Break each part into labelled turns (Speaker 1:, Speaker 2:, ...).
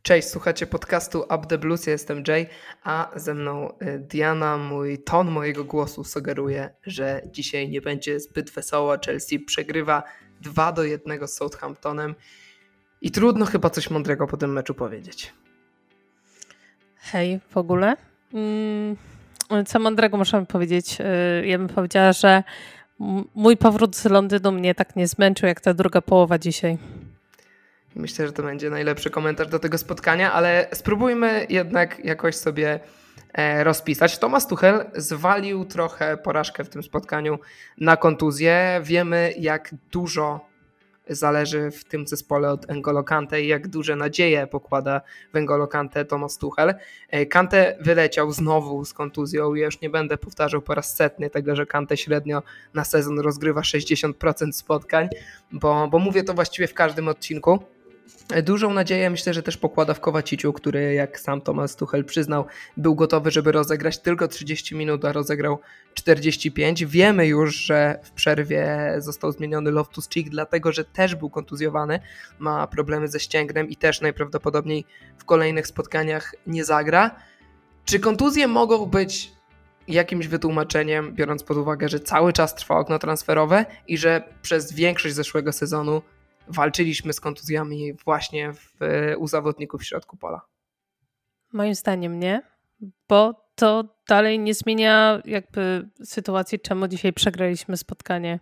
Speaker 1: Cześć, słuchacie podcastu Up the Blues, ja jestem Jay, a ze mną Diana. Mój ton mojego głosu sugeruje, że dzisiaj nie będzie zbyt wesoło. Chelsea przegrywa 2-1 z Southamptonem i trudno chyba coś mądrego po tym meczu powiedzieć.
Speaker 2: Hej, w ogóle. Co mądrego możemy powiedzieć? Ja bym powiedziała, że mój powrót z Londynu mnie tak nie zmęczył jak ta druga połowa dzisiaj.
Speaker 1: Myślę, że to będzie najlepszy komentarz do tego spotkania, ale spróbujmy jednak jakoś sobie rozpisać. Thomas Tuchel zwalił trochę porażkę w tym spotkaniu na kontuzję. Wiemy, jak dużo zależy w tym zespole od N'Golo Kante i jak duże nadzieje pokłada w N'Golo Kante Thomas Tuchel. Kante wyleciał znowu z kontuzją. Ja już nie będę powtarzał po raz setny tego, że Kante średnio na sezon rozgrywa 60% spotkań, bo mówię to właściwie w każdym odcinku. Dużą nadzieję myślę, że też pokłada w Kovaciciu, który, jak sam Thomas Tuchel przyznał, był gotowy, żeby rozegrać tylko 30 minut, a rozegrał 45. Wiemy już, że w przerwie został zmieniony Loftus-Cheek, dlatego że też był kontuzjowany, ma problemy ze ścięgnem i też najprawdopodobniej w kolejnych spotkaniach nie zagra. Czy kontuzje mogą być jakimś wytłumaczeniem, biorąc pod uwagę, że cały czas trwa okno transferowe i że przez większość zeszłego sezonu walczyliśmy z kontuzjami właśnie u zawodników w środku pola?
Speaker 2: Moim zdaniem nie, bo to dalej nie zmienia jakby sytuacji, czemu dzisiaj przegraliśmy spotkanie.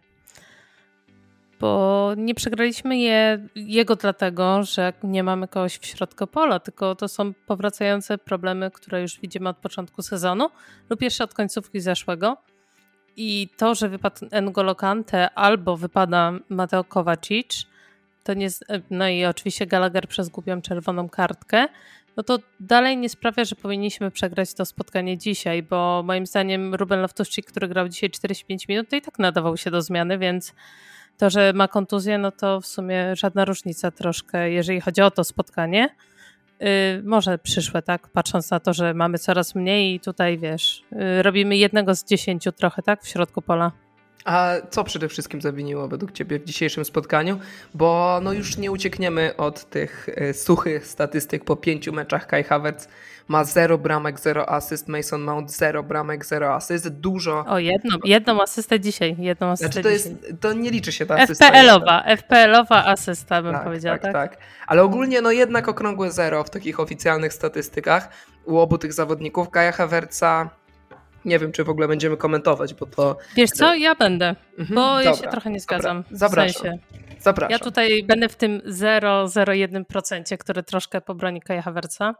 Speaker 2: Bo nie przegraliśmy jego dlatego, że nie mamy kogoś w środku pola, tylko to są powracające problemy, które już widzimy od początku sezonu lub jeszcze od końcówki zeszłego. I to, że wypadł N'Golo Kante albo wypada Mateo Kovacic, to nie, no i oczywiście Gallagher przez głupią czerwoną kartkę, no to dalej nie sprawia, że powinniśmy przegrać to spotkanie dzisiaj, bo moim zdaniem Ruben Loftus-Cheek, który grał dzisiaj 45 minut, to i tak nadawał się do zmiany, więc to, że ma kontuzję, no to w sumie żadna różnica troszkę, jeżeli chodzi o to spotkanie. Może przyszłe, tak, patrząc na to, że mamy coraz mniej i tutaj, wiesz, robimy 1 z 10 trochę, tak, w środku pola.
Speaker 1: A co przede wszystkim zawiniło według Ciebie w dzisiejszym spotkaniu? Bo no już nie uciekniemy od tych suchych statystyk. Po 5 meczach Kai Havertz ma 0 bramek, 0 asyst, Mason Mount 0 bramek, 0 asyst. Dużo.
Speaker 2: O, jedną asystę dzisiaj.
Speaker 1: Znaczy to nie liczy się ta asysta.
Speaker 2: FPL-owa asysta bym powiedziała, tak?
Speaker 1: Tak. Ale ogólnie no jednak okrągłe 0 w takich oficjalnych statystykach u obu tych zawodników. Kaja Havertza nie wiem, czy w ogóle będziemy komentować, bo to...
Speaker 2: Wiesz co, ja będę, bo ja się trochę nie zgadzam.
Speaker 1: Zapraszam.
Speaker 2: Ja tutaj będę w tym 0,01%, który troszkę pobroni Kaja Havertza,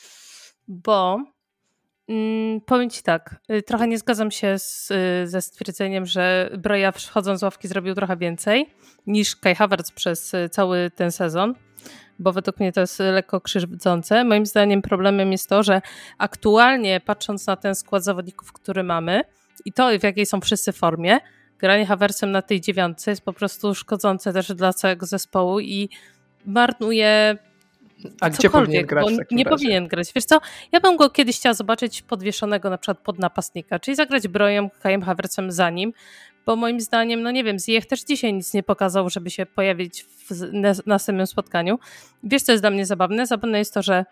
Speaker 2: bo powiem Ci tak, trochę nie zgadzam się ze stwierdzeniem, że Broja wchodząc z ławki zrobił trochę więcej niż Kai Havertz przez cały ten sezon, bo według mnie to jest lekko krzywdzące. Moim zdaniem problemem jest to, że aktualnie patrząc na ten skład zawodników, który mamy i to, w jakiej są wszyscy formie, granie Havertzem na tej 9 jest po prostu szkodzące też dla całego zespołu i marnuje
Speaker 1: gdzie powinien grać?
Speaker 2: Nie powinien grać. Wiesz co, ja bym go kiedyś chciała zobaczyć podwieszonego na przykład pod napastnika, czyli zagrać Brojem, Kajem Havertzem za nim, bo moim zdaniem, no nie wiem, Ziyech też dzisiaj nic nie pokazał, żeby się pojawić na samym spotkaniu. Wiesz, co jest dla mnie zabawne? Zabawne jest to, że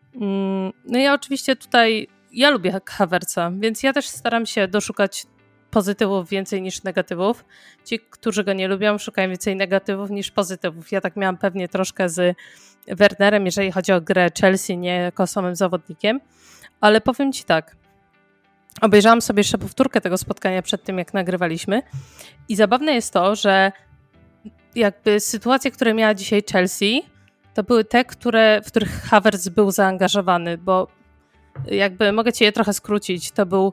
Speaker 2: no ja oczywiście tutaj, ja lubię Havertza, więc ja też staram się doszukać pozytywów więcej niż negatywów. Ci, którzy go nie lubią, szukają więcej negatywów niż pozytywów. Ja tak miałam pewnie troszkę z Wernerem, jeżeli chodzi o grę Chelsea, nie jako samym zawodnikiem, ale powiem Ci tak, obejrzałam sobie jeszcze powtórkę tego spotkania przed tym, jak nagrywaliśmy i zabawne jest to, że jakby sytuacje, które miała dzisiaj Chelsea, to były te, w których Havertz był zaangażowany, bo jakby mogę Ci je trochę skrócić, to był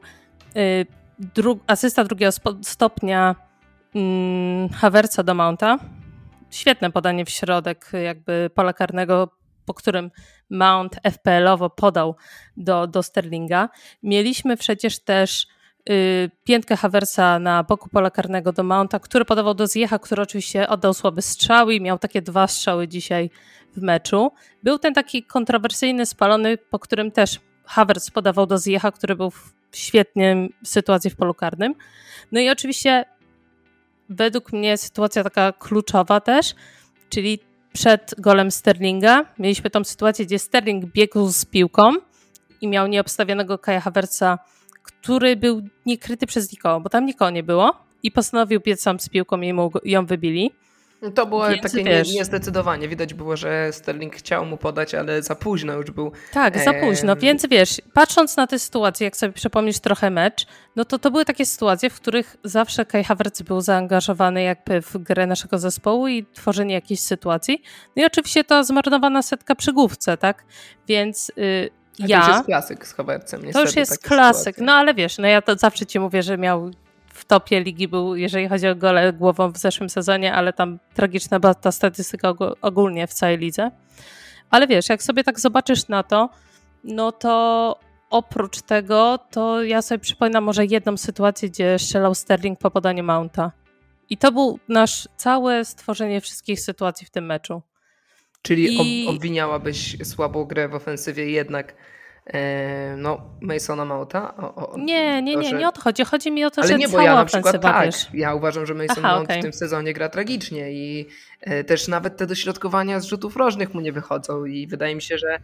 Speaker 2: asysta drugiego stopnia Havertza do Mounta, świetne podanie w środek jakby pola karnego, po którym Mount FPL-owo podał do Sterlinga. Mieliśmy przecież też piętkę Havertza na boku pola karnego do Mounta, który podawał do Ziyecha, który oczywiście oddał słabe strzały i miał takie 2 strzały dzisiaj w meczu. Był ten taki kontrowersyjny, spalony, po którym też Havertz podawał do Ziyecha, który był w świetnej sytuacji w polu karnym. No i oczywiście według mnie sytuacja taka kluczowa też, czyli przed golem Sterlinga mieliśmy tą sytuację, gdzie Sterling biegł z piłką i miał nieobstawionego Kaja Havertza, który był niekryty przez nikogo, bo tam nikogo nie było i postanowił biec sam z piłką i ją wybili.
Speaker 1: To było takie niezdecydowanie. Widać było, że Sterling chciał mu podać, ale za późno już był.
Speaker 2: Tak, za późno, więc wiesz, patrząc na tę sytuację, jak sobie przypomnisz trochę mecz, no to były takie sytuacje, w których zawsze Kai Havertz był zaangażowany jakby w grę naszego zespołu i tworzenie jakiejś sytuacji. No i oczywiście to zmarnowana setka przy główce, tak? Więc
Speaker 1: to już jest klasyk z Havertzem.
Speaker 2: To już jest klasyk, no ale wiesz, no ja to zawsze ci mówię, że miał w topie ligi był, jeżeli chodzi o gole głową w zeszłym sezonie, ale tam tragiczna była ta statystyka ogólnie w całej lidze. Ale wiesz, jak sobie tak zobaczysz na to, no to oprócz tego, to ja sobie przypominam może jedną sytuację, gdzie strzelał Sterling po podaniu Mounta. I to był nasz całe stworzenie wszystkich sytuacji w tym meczu.
Speaker 1: Czyli obwiniałabyś słabą grę w ofensywie jednak Masona Mounta?
Speaker 2: Nie o to chodzi. Chodzi mi o to,
Speaker 1: ale
Speaker 2: że
Speaker 1: nie, bo
Speaker 2: cała
Speaker 1: ja na przykład
Speaker 2: ofensywa, wiesz.
Speaker 1: Ja uważam, że Mason Mount w tym sezonie gra tragicznie i też nawet te dośrodkowania z rzutów rożnych mu nie wychodzą i wydaje mi się, że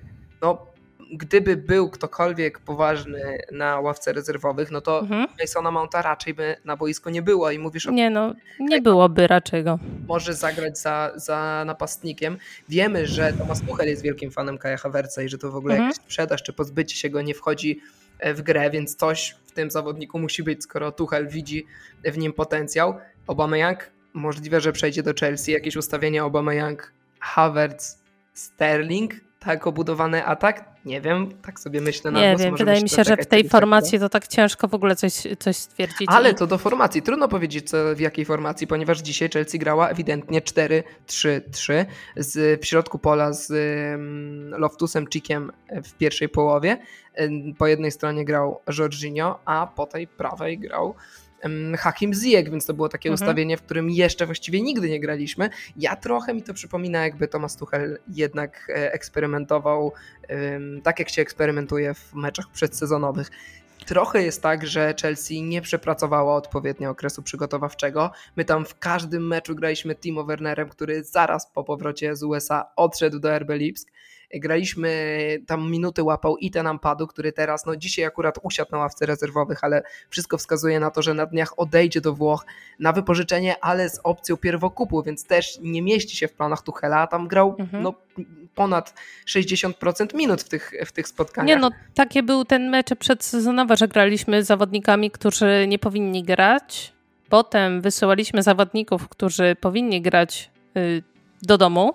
Speaker 1: gdyby był ktokolwiek poważny na ławce rezerwowych, no to Masona Mounta raczej by na boisku nie było i mówisz
Speaker 2: nie byłoby raczej go.
Speaker 1: Może zagrać za napastnikiem. Wiemy, że Thomas Tuchel jest wielkim fanem Kaja Havertza i że to w ogóle jakaś sprzedaż czy pozbycie się go nie wchodzi w grę, więc coś w tym zawodniku musi być, skoro Tuchel widzi w nim potencjał. Aubameyang, możliwe, że przejdzie do Chelsea, jakieś ustawienie Aubameyang, Havertz, Sterling, tak obudowany atak? Nie wiem, tak sobie myślę na głos.
Speaker 2: Nie wiem, wydaje mi się, że w tej formacji to tak ciężko w ogóle coś stwierdzić.
Speaker 1: Ale to do formacji. Trudno powiedzieć, w jakiej formacji, ponieważ dzisiaj Chelsea grała ewidentnie 4-3-3 w środku pola z Loftusem Cheekiem w pierwszej połowie. Po jednej stronie grał Jorginho, a po tej prawej grał Hakim Ziyech, więc to było takie ustawienie, w którym jeszcze właściwie nigdy nie graliśmy. Trochę mi to przypomina, jakby Thomas Tuchel jednak eksperymentował tak, jak się eksperymentuje w meczach przedsezonowych. Trochę jest tak, że Chelsea nie przepracowało odpowiednio okresu przygotowawczego. My tam w każdym meczu graliśmy Timo Wernerem, który zaraz po powrocie z USA odszedł do RB Lipsk. Graliśmy tam minuty, łapał Ethan Ampadu, który teraz, dzisiaj akurat usiadł na ławce rezerwowych, ale wszystko wskazuje na to, że na dniach odejdzie do Włoch na wypożyczenie, ale z opcją pierwokupu, więc też nie mieści się w planach Tuchela, a tam grał ponad 60% minut w tych spotkaniach.
Speaker 2: Takie był ten mecz przedsezonowy, że graliśmy z zawodnikami, którzy nie powinni grać. Potem wysyłaliśmy zawodników, którzy powinni grać do domu.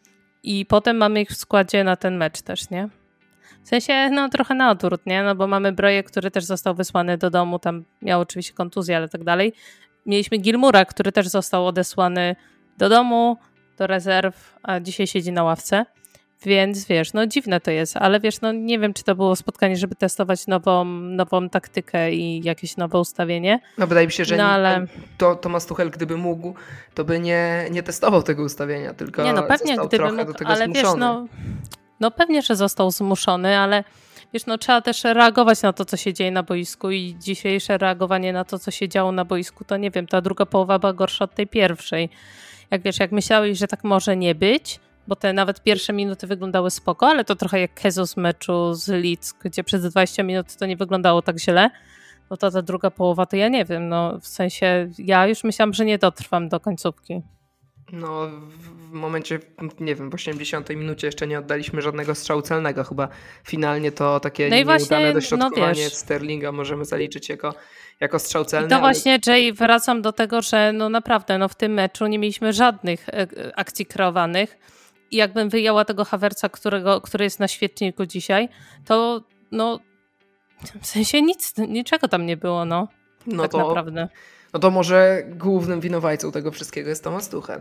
Speaker 2: I potem mamy ich w składzie na ten mecz też, nie? W sensie, trochę na odwrót, nie? Bo mamy Broję, który też został wysłany do domu, tam miał oczywiście kontuzję, ale tak dalej. Mieliśmy Gilmoura, który też został odesłany do domu, do rezerw, a dzisiaj siedzi na ławce. Więc wiesz, dziwne to jest, ale wiesz, nie wiem, czy to było spotkanie, żeby testować nową taktykę i jakieś nowe ustawienie.
Speaker 1: Wydaje mi się, że Thomas Tuchel, gdyby mógł, to by nie testował tego ustawienia, tylko
Speaker 2: pewnie,
Speaker 1: został
Speaker 2: gdyby
Speaker 1: trochę
Speaker 2: mógł,
Speaker 1: do tego
Speaker 2: ale
Speaker 1: zmuszony.
Speaker 2: Wiesz, pewnie, że został zmuszony, ale wiesz, trzeba też reagować na to, co się dzieje na boisku i dzisiejsze reagowanie na to, co się działo na boisku, to nie wiem, ta druga połowa była gorsza od tej pierwszej. Jak myślałeś, że tak może nie być, bo te nawet pierwsze minuty wyglądały spoko, ale to trochę jak Jesus w meczu z Leeds, gdzie przez 20 minut to nie wyglądało tak źle, to ta druga połowa to ja nie wiem, w sensie ja już myślałam, że nie dotrwam do końcówki.
Speaker 1: W momencie, nie wiem, w 80 minucie jeszcze nie oddaliśmy żadnego strzału celnego, chyba finalnie to takie nieudane dośrodkowanie Sterlinga możemy zaliczyć jako strzał celny.
Speaker 2: I to właśnie, Jay, wracam do tego, że naprawdę w tym meczu nie mieliśmy żadnych akcji kreowanych. I jakbym wyjęła tego Havertza, który jest na świeczniku dzisiaj, to w sensie niczego tam nie było, tak naprawdę.
Speaker 1: To może głównym winowajcą tego wszystkiego jest Thomas Tuchel.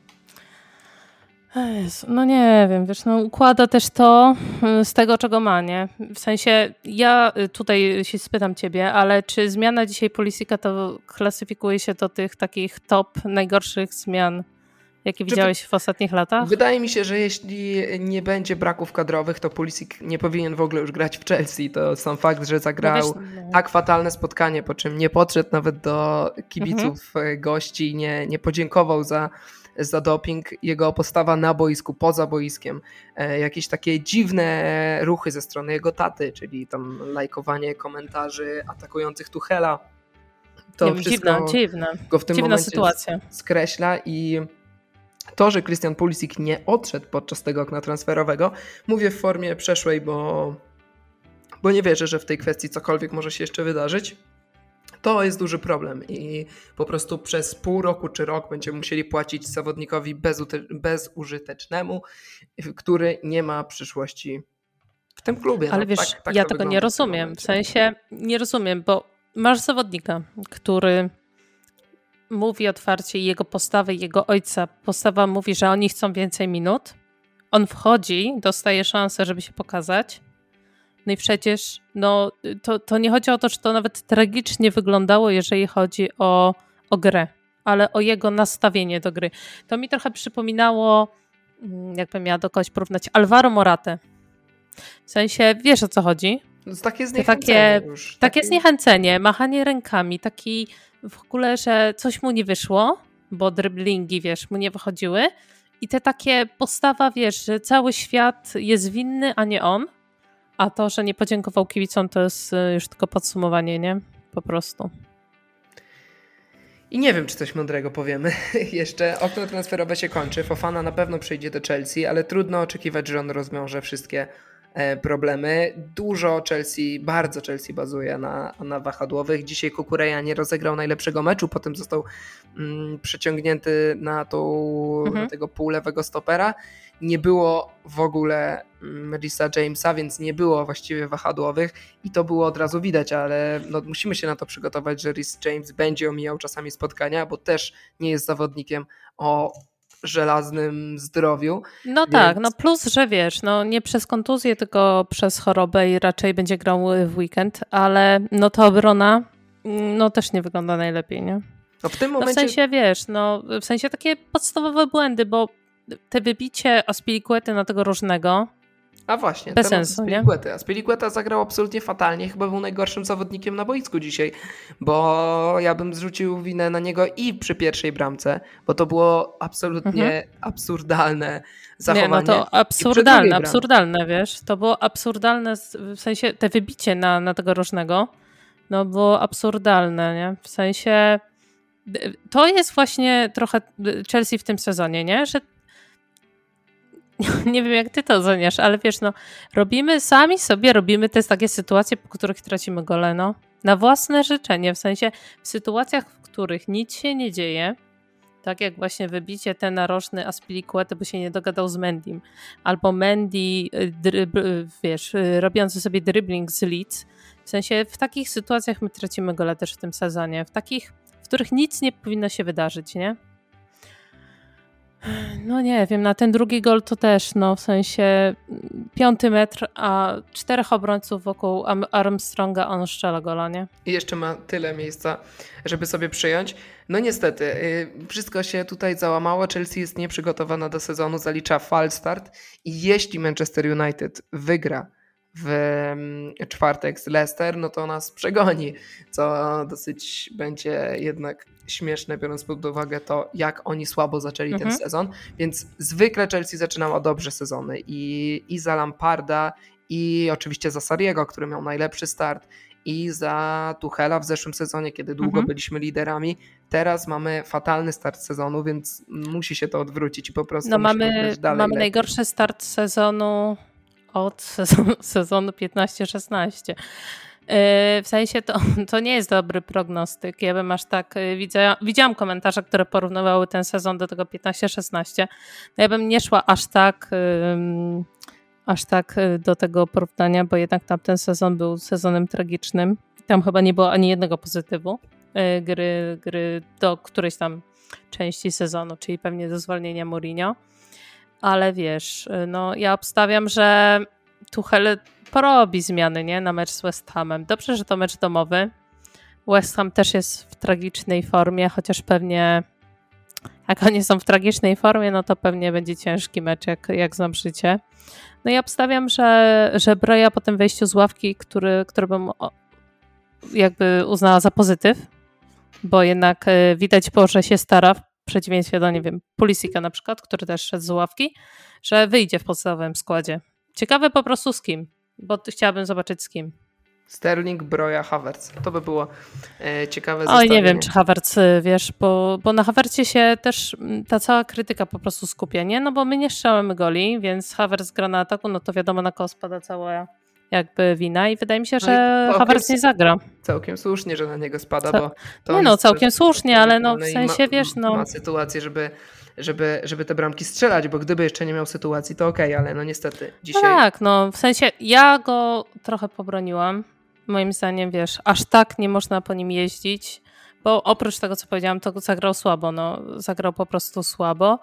Speaker 2: Jezu, nie wiem, wiesz, układa też to z tego, czego ma, nie? W sensie, ja tutaj się spytam ciebie, ale czy zmiana dzisiaj Pulisic'a to klasyfikuje się do tych takich top najgorszych zmian, jakie widziałeś w ostatnich latach?
Speaker 1: Wydaje mi się, że jeśli nie będzie braków kadrowych, to Pulisic nie powinien w ogóle już grać w Chelsea. To sam fakt, że zagrał tak fatalne spotkanie, po czym nie podszedł nawet do kibiców gości, nie podziękował za doping, jego postawa na boisku, poza boiskiem, jakieś takie dziwne ruchy ze strony jego taty, czyli tam lajkowanie komentarzy atakujących Tuchela. To wszystko go w tym momencie
Speaker 2: sytuacja
Speaker 1: skreśla i to, że Christian Pulisic nie odszedł podczas tego okna transferowego, mówię w formie przeszłej, bo nie wierzę, że w tej kwestii cokolwiek może się jeszcze wydarzyć. To jest duży problem i po prostu przez pół roku czy rok będziemy musieli płacić zawodnikowi bezużytecznemu, który nie ma przyszłości w tym klubie.
Speaker 2: Ale wiesz, tak ja tego nie rozumiem. W sensie nie rozumiem, bo masz zawodnika, który mówi otwarcie i jego postawy, jego ojca. Postawa mówi, że oni chcą więcej minut. On wchodzi, dostaje szansę, żeby się pokazać. No i przecież to nie chodzi o to, że to nawet tragicznie wyglądało, jeżeli chodzi o grę, ale o jego nastawienie do gry. To mi trochę przypominało, jakbym miała do kogoś porównać, Alvaro Moratę. W sensie, wiesz o co chodzi?
Speaker 1: Takie zniechęcenie już.
Speaker 2: Takie zniechęcenie, machanie rękami, taki w ogóle, że coś mu nie wyszło, bo driblingi, wiesz, mu nie wychodziły i te takie postawa, wiesz, że cały świat jest winny, a nie on. A to, że nie podziękował kibicom, to jest już tylko podsumowanie, nie? Po prostu.
Speaker 1: I nie wiem, czy coś mądrego powiemy. Jeszcze okno transferowe się kończy. Fofana na pewno przyjdzie do Chelsea, ale trudno oczekiwać, że on rozwiąże wszystkie problemy. Bardzo Chelsea bazuje na wahadłowych. Dzisiaj Kukureya nie rozegrał najlepszego meczu, potem został przeciągnięty na tego półlewego stopera. Nie było w ogóle Reesa Jamesa, więc nie było właściwie wahadłowych i to było od razu widać, ale musimy się na to przygotować, że Reece James będzie omijał czasami spotkania, bo też nie jest zawodnikiem o żelaznym zdrowiu.
Speaker 2: No więc... tak, plus, że wiesz, nie przez kontuzję, tylko przez chorobę i raczej będzie grał w weekend, ale ta obrona też nie wygląda najlepiej, nie?
Speaker 1: W tym momencie...
Speaker 2: w sensie, wiesz, w sensie takie podstawowe błędy, bo te wybicie Azpilicuety na tego różnego
Speaker 1: A właśnie,
Speaker 2: bez sensu, nie?
Speaker 1: Azpilicueta zagrał absolutnie fatalnie, chyba był najgorszym zawodnikiem na boisku dzisiaj, bo ja bym zrzucił winę na niego i przy pierwszej bramce, bo to było absolutnie absurdalne zachowanie.
Speaker 2: Nie, to absurdalne, wiesz, to było absurdalne, w sensie te wybicie na tego różnego, było absurdalne, nie? W sensie to jest właśnie trochę Chelsea w tym sezonie, nie? Że nie wiem, jak ty to oceniasz, ale wiesz, sami sobie robimy te takie sytuacje, po których tracimy gole, na własne życzenie, w sensie w sytuacjach, w których nic się nie dzieje, tak jak właśnie wybicie te narożny Azpilicuety, bo się nie dogadał z Mendym, albo Mendy, wiesz, robiący sobie dribbling z Leeds, w sensie w takich sytuacjach my tracimy gole też w tym sezonie, w takich, w których nic nie powinno się wydarzyć, nie? Nie wiem, na ten drugi gol to też, w sensie 5 metr, a 4 obrońców wokół Armstronga, on strzela gola, nie?
Speaker 1: I jeszcze ma tyle miejsca, żeby sobie przyjąć. Niestety, wszystko się tutaj załamało, Chelsea jest nieprzygotowana do sezonu, zalicza fal start i jeśli Manchester United wygra w czwartek z Leicester, to nas przegoni, co dosyć będzie jednak śmieszne, biorąc pod uwagę to, jak oni słabo zaczęli ten sezon, więc zwykle Chelsea zaczynała dobrze sezony i za Lamparda, i oczywiście za Sarriego, który miał najlepszy start, i za Tuchela w zeszłym sezonie, kiedy długo byliśmy liderami. Teraz mamy fatalny start sezonu, więc musi się to odwrócić i po prostu
Speaker 2: mamy najgorszy start sezonu od sezonu 15-16. W sensie to nie jest dobry prognostyk. Ja bym aż tak widziałam komentarze, które porównywały ten sezon do tego 15-16. Ja bym nie szła aż tak do tego porównania, bo jednak tamten sezon był sezonem tragicznym. Tam chyba nie było ani jednego pozytywu gry do którejś tam części sezonu, czyli pewnie do zwolnienia Mourinho. Ale wiesz, ja obstawiam, że Tuchel porobi zmiany, nie? Na mecz z West Hamem. Dobrze, że to mecz domowy. West Ham też jest w tragicznej formie, chociaż pewnie jak oni są w tragicznej formie, to pewnie będzie ciężki mecz, jak znam życie. Ja obstawiam, że Broja po tym wejściu z ławki, który bym jakby uznała za pozytyw, bo jednak widać było, że się stara przeciwieństwie do, nie wiem, Pulisic'a na przykład, który też szedł z ławki, że wyjdzie w podstawowym składzie. Ciekawe po prostu z kim, bo chciałabym zobaczyć z kim.
Speaker 1: Sterling, Broja, Havertz. To by było ciekawe
Speaker 2: Oj,
Speaker 1: zestawienie.
Speaker 2: nie wiem, czy Havertz, wiesz, bo na Havertzie się też ta cała krytyka po prostu skupia, nie? No bo my nie strzelamy goli, więc Havertz gra na ataku, no to wiadomo, na kogo spada cała jakby wina i wydaje mi się, że Havertz nie zagra.
Speaker 1: Całkiem słusznie, że na niego spada, bo to
Speaker 2: nie no, całkiem słusznie, ale no w sensie, wiesz, no...
Speaker 1: Ma sytuację, żeby te bramki strzelać, bo gdyby jeszcze nie miał sytuacji, to okej, ale no niestety dzisiaj...
Speaker 2: No tak, no w sensie ja go trochę pobroniłam. Moim zdaniem, wiesz, aż tak nie można po nim jeździć, bo oprócz tego, co powiedziałam, to zagrał słabo, no zagrał po prostu słabo.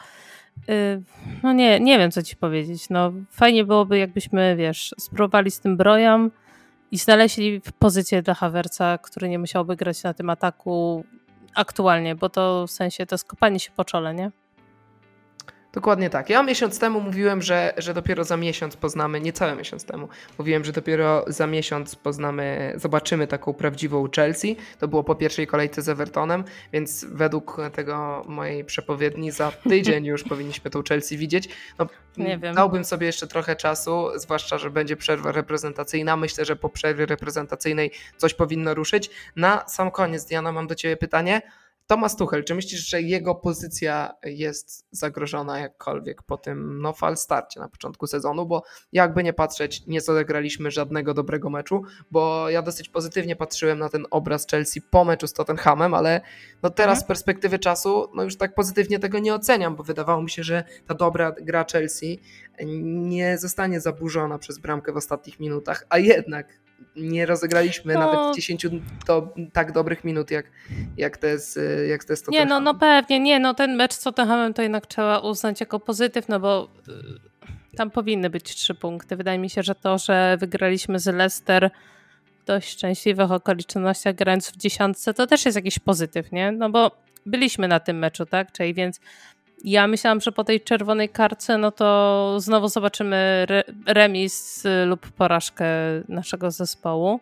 Speaker 2: No nie wiem, co ci powiedzieć. No fajnie byłoby, jakbyśmy, wiesz, spróbowali z tym Brojem i znaleźli pozycję dla Havertza, który nie musiałby grać na tym ataku aktualnie, bo to w sensie to skopanie się po czole, nie?
Speaker 1: Dokładnie tak. Ja miesiąc temu mówiłem, że dopiero za miesiąc poznamy, niecały miesiąc temu, mówiłem, że dopiero za miesiąc zobaczymy taką prawdziwą Chelsea. To było po pierwszej kolejce z Evertonem, więc według tego mojej przepowiedni za tydzień już powinniśmy tą Chelsea widzieć. No,
Speaker 2: nie wiem.
Speaker 1: Dałbym sobie jeszcze trochę czasu, zwłaszcza, że będzie przerwa reprezentacyjna. Myślę, że po przerwie reprezentacyjnej coś powinno ruszyć. Na sam koniec, Diana, mam do ciebie pytanie. Thomas Tuchel, czy myślisz, że jego pozycja jest zagrożona jakkolwiek po tym false starcie na początku sezonu, bo jakby nie patrzeć, nie zagraliśmy żadnego dobrego meczu, bo ja dosyć pozytywnie patrzyłem na ten obraz Chelsea po meczu z Tottenhamem, ale no teraz z perspektywy czasu już tak pozytywnie tego nie oceniam, bo wydawało mi się, że ta dobra gra Chelsea nie zostanie zaburzona przez bramkę w ostatnich minutach, a jednak nie rozegraliśmy nawet 10 tak dobrych minut, jak te z Tottenhamem.
Speaker 2: Nie, no pewnie, nie, no ten mecz z Tottenhamem to jednak trzeba uznać jako pozytyw, no bo tam powinny być 3 punkty. Wydaje mi się, że to, że wygraliśmy z Leicester w dość szczęśliwych okolicznościach, grając w 10, to też jest jakiś pozytyw, nie? No bo byliśmy na tym meczu, tak? Czyli więc ja myślałam, że po tej czerwonej kartce, no to znowu zobaczymy remis lub porażkę naszego zespołu.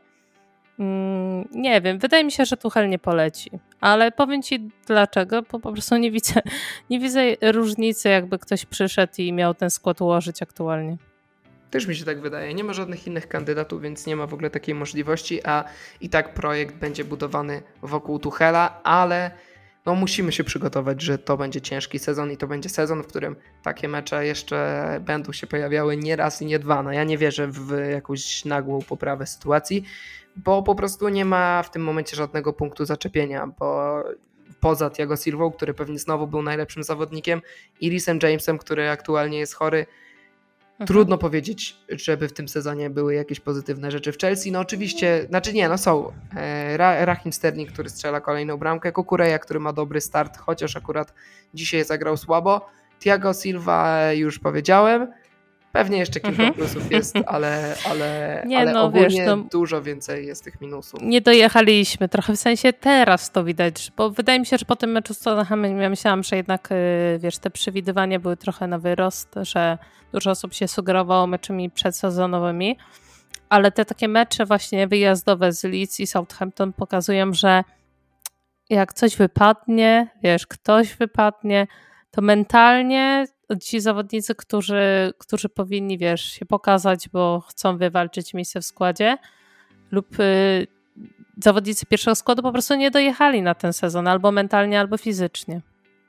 Speaker 2: Nie wiem, wydaje mi się, że Tuchel nie poleci, ale powiem ci dlaczego, bo po prostu nie widzę różnicy, jakby ktoś przyszedł i miał ten skład ułożyć aktualnie.
Speaker 1: Też mi się tak wydaje. Nie ma żadnych innych kandydatów, więc nie ma w ogóle takiej możliwości, a i tak projekt będzie budowany wokół Tuchela, ale no musimy się przygotować, że to będzie ciężki sezon i to będzie sezon, w którym takie mecze jeszcze będą się pojawiały nie raz i nie dwa. No ja nie wierzę w jakąś nagłą poprawę sytuacji, bo po prostu nie ma w tym momencie żadnego punktu zaczepienia, bo poza Thiago Silvą, który pewnie znowu był najlepszym zawodnikiem, i Reesem Jamesem, który aktualnie jest chory, trudno powiedzieć, żeby w tym sezonie były jakieś pozytywne rzeczy w Chelsea. No oczywiście, są. Raheem Sterling, który strzela kolejną bramkę, Kukureya, który ma dobry start, chociaż akurat dzisiaj zagrał słabo. Thiago Silva już powiedziałem. Pewnie jeszcze kilka plusów jest, ale ogólnie dużo więcej jest tych minusów.
Speaker 2: Nie dojechaliśmy trochę, w sensie teraz to widać, bo wydaje mi się, że po tym meczu z Tottenhamem ja myślałam, że jednak te przewidywania były trochę na wyrost, że dużo osób się sugerowało meczami przedsezonowymi, ale te takie mecze właśnie wyjazdowe z Leeds i Southampton pokazują, że jak coś wypadnie, ktoś wypadnie, to mentalnie ci zawodnicy, którzy powinni, się pokazać, bo chcą wywalczyć miejsce w składzie, lub zawodnicy pierwszego składu po prostu nie dojechali na ten sezon, albo mentalnie, albo fizycznie.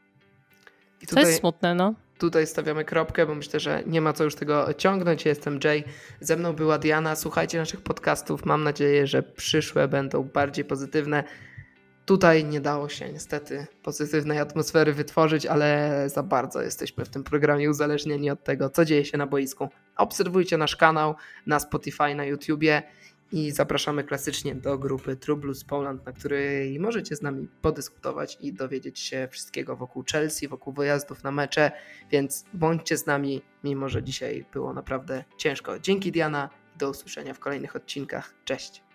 Speaker 2: I to jest smutne, no.
Speaker 1: Tutaj stawiamy kropkę, bo myślę, że nie ma co już tego ciągnąć. Ja jestem Jay, ze mną była Diana. Słuchajcie naszych podcastów. Mam nadzieję, że przyszłe będą bardziej pozytywne. Tutaj nie dało się niestety pozytywnej atmosfery wytworzyć, ale za bardzo jesteśmy w tym programie uzależnieni od tego, co dzieje się na boisku. Obserwujcie nasz kanał na Spotify, na YouTubie i zapraszamy klasycznie do grupy True Blues Poland, na której możecie z nami podyskutować i dowiedzieć się wszystkiego wokół Chelsea, wokół wyjazdów na mecze, więc bądźcie z nami, mimo że dzisiaj było naprawdę ciężko. Dzięki, Diana, do usłyszenia w kolejnych odcinkach. Cześć!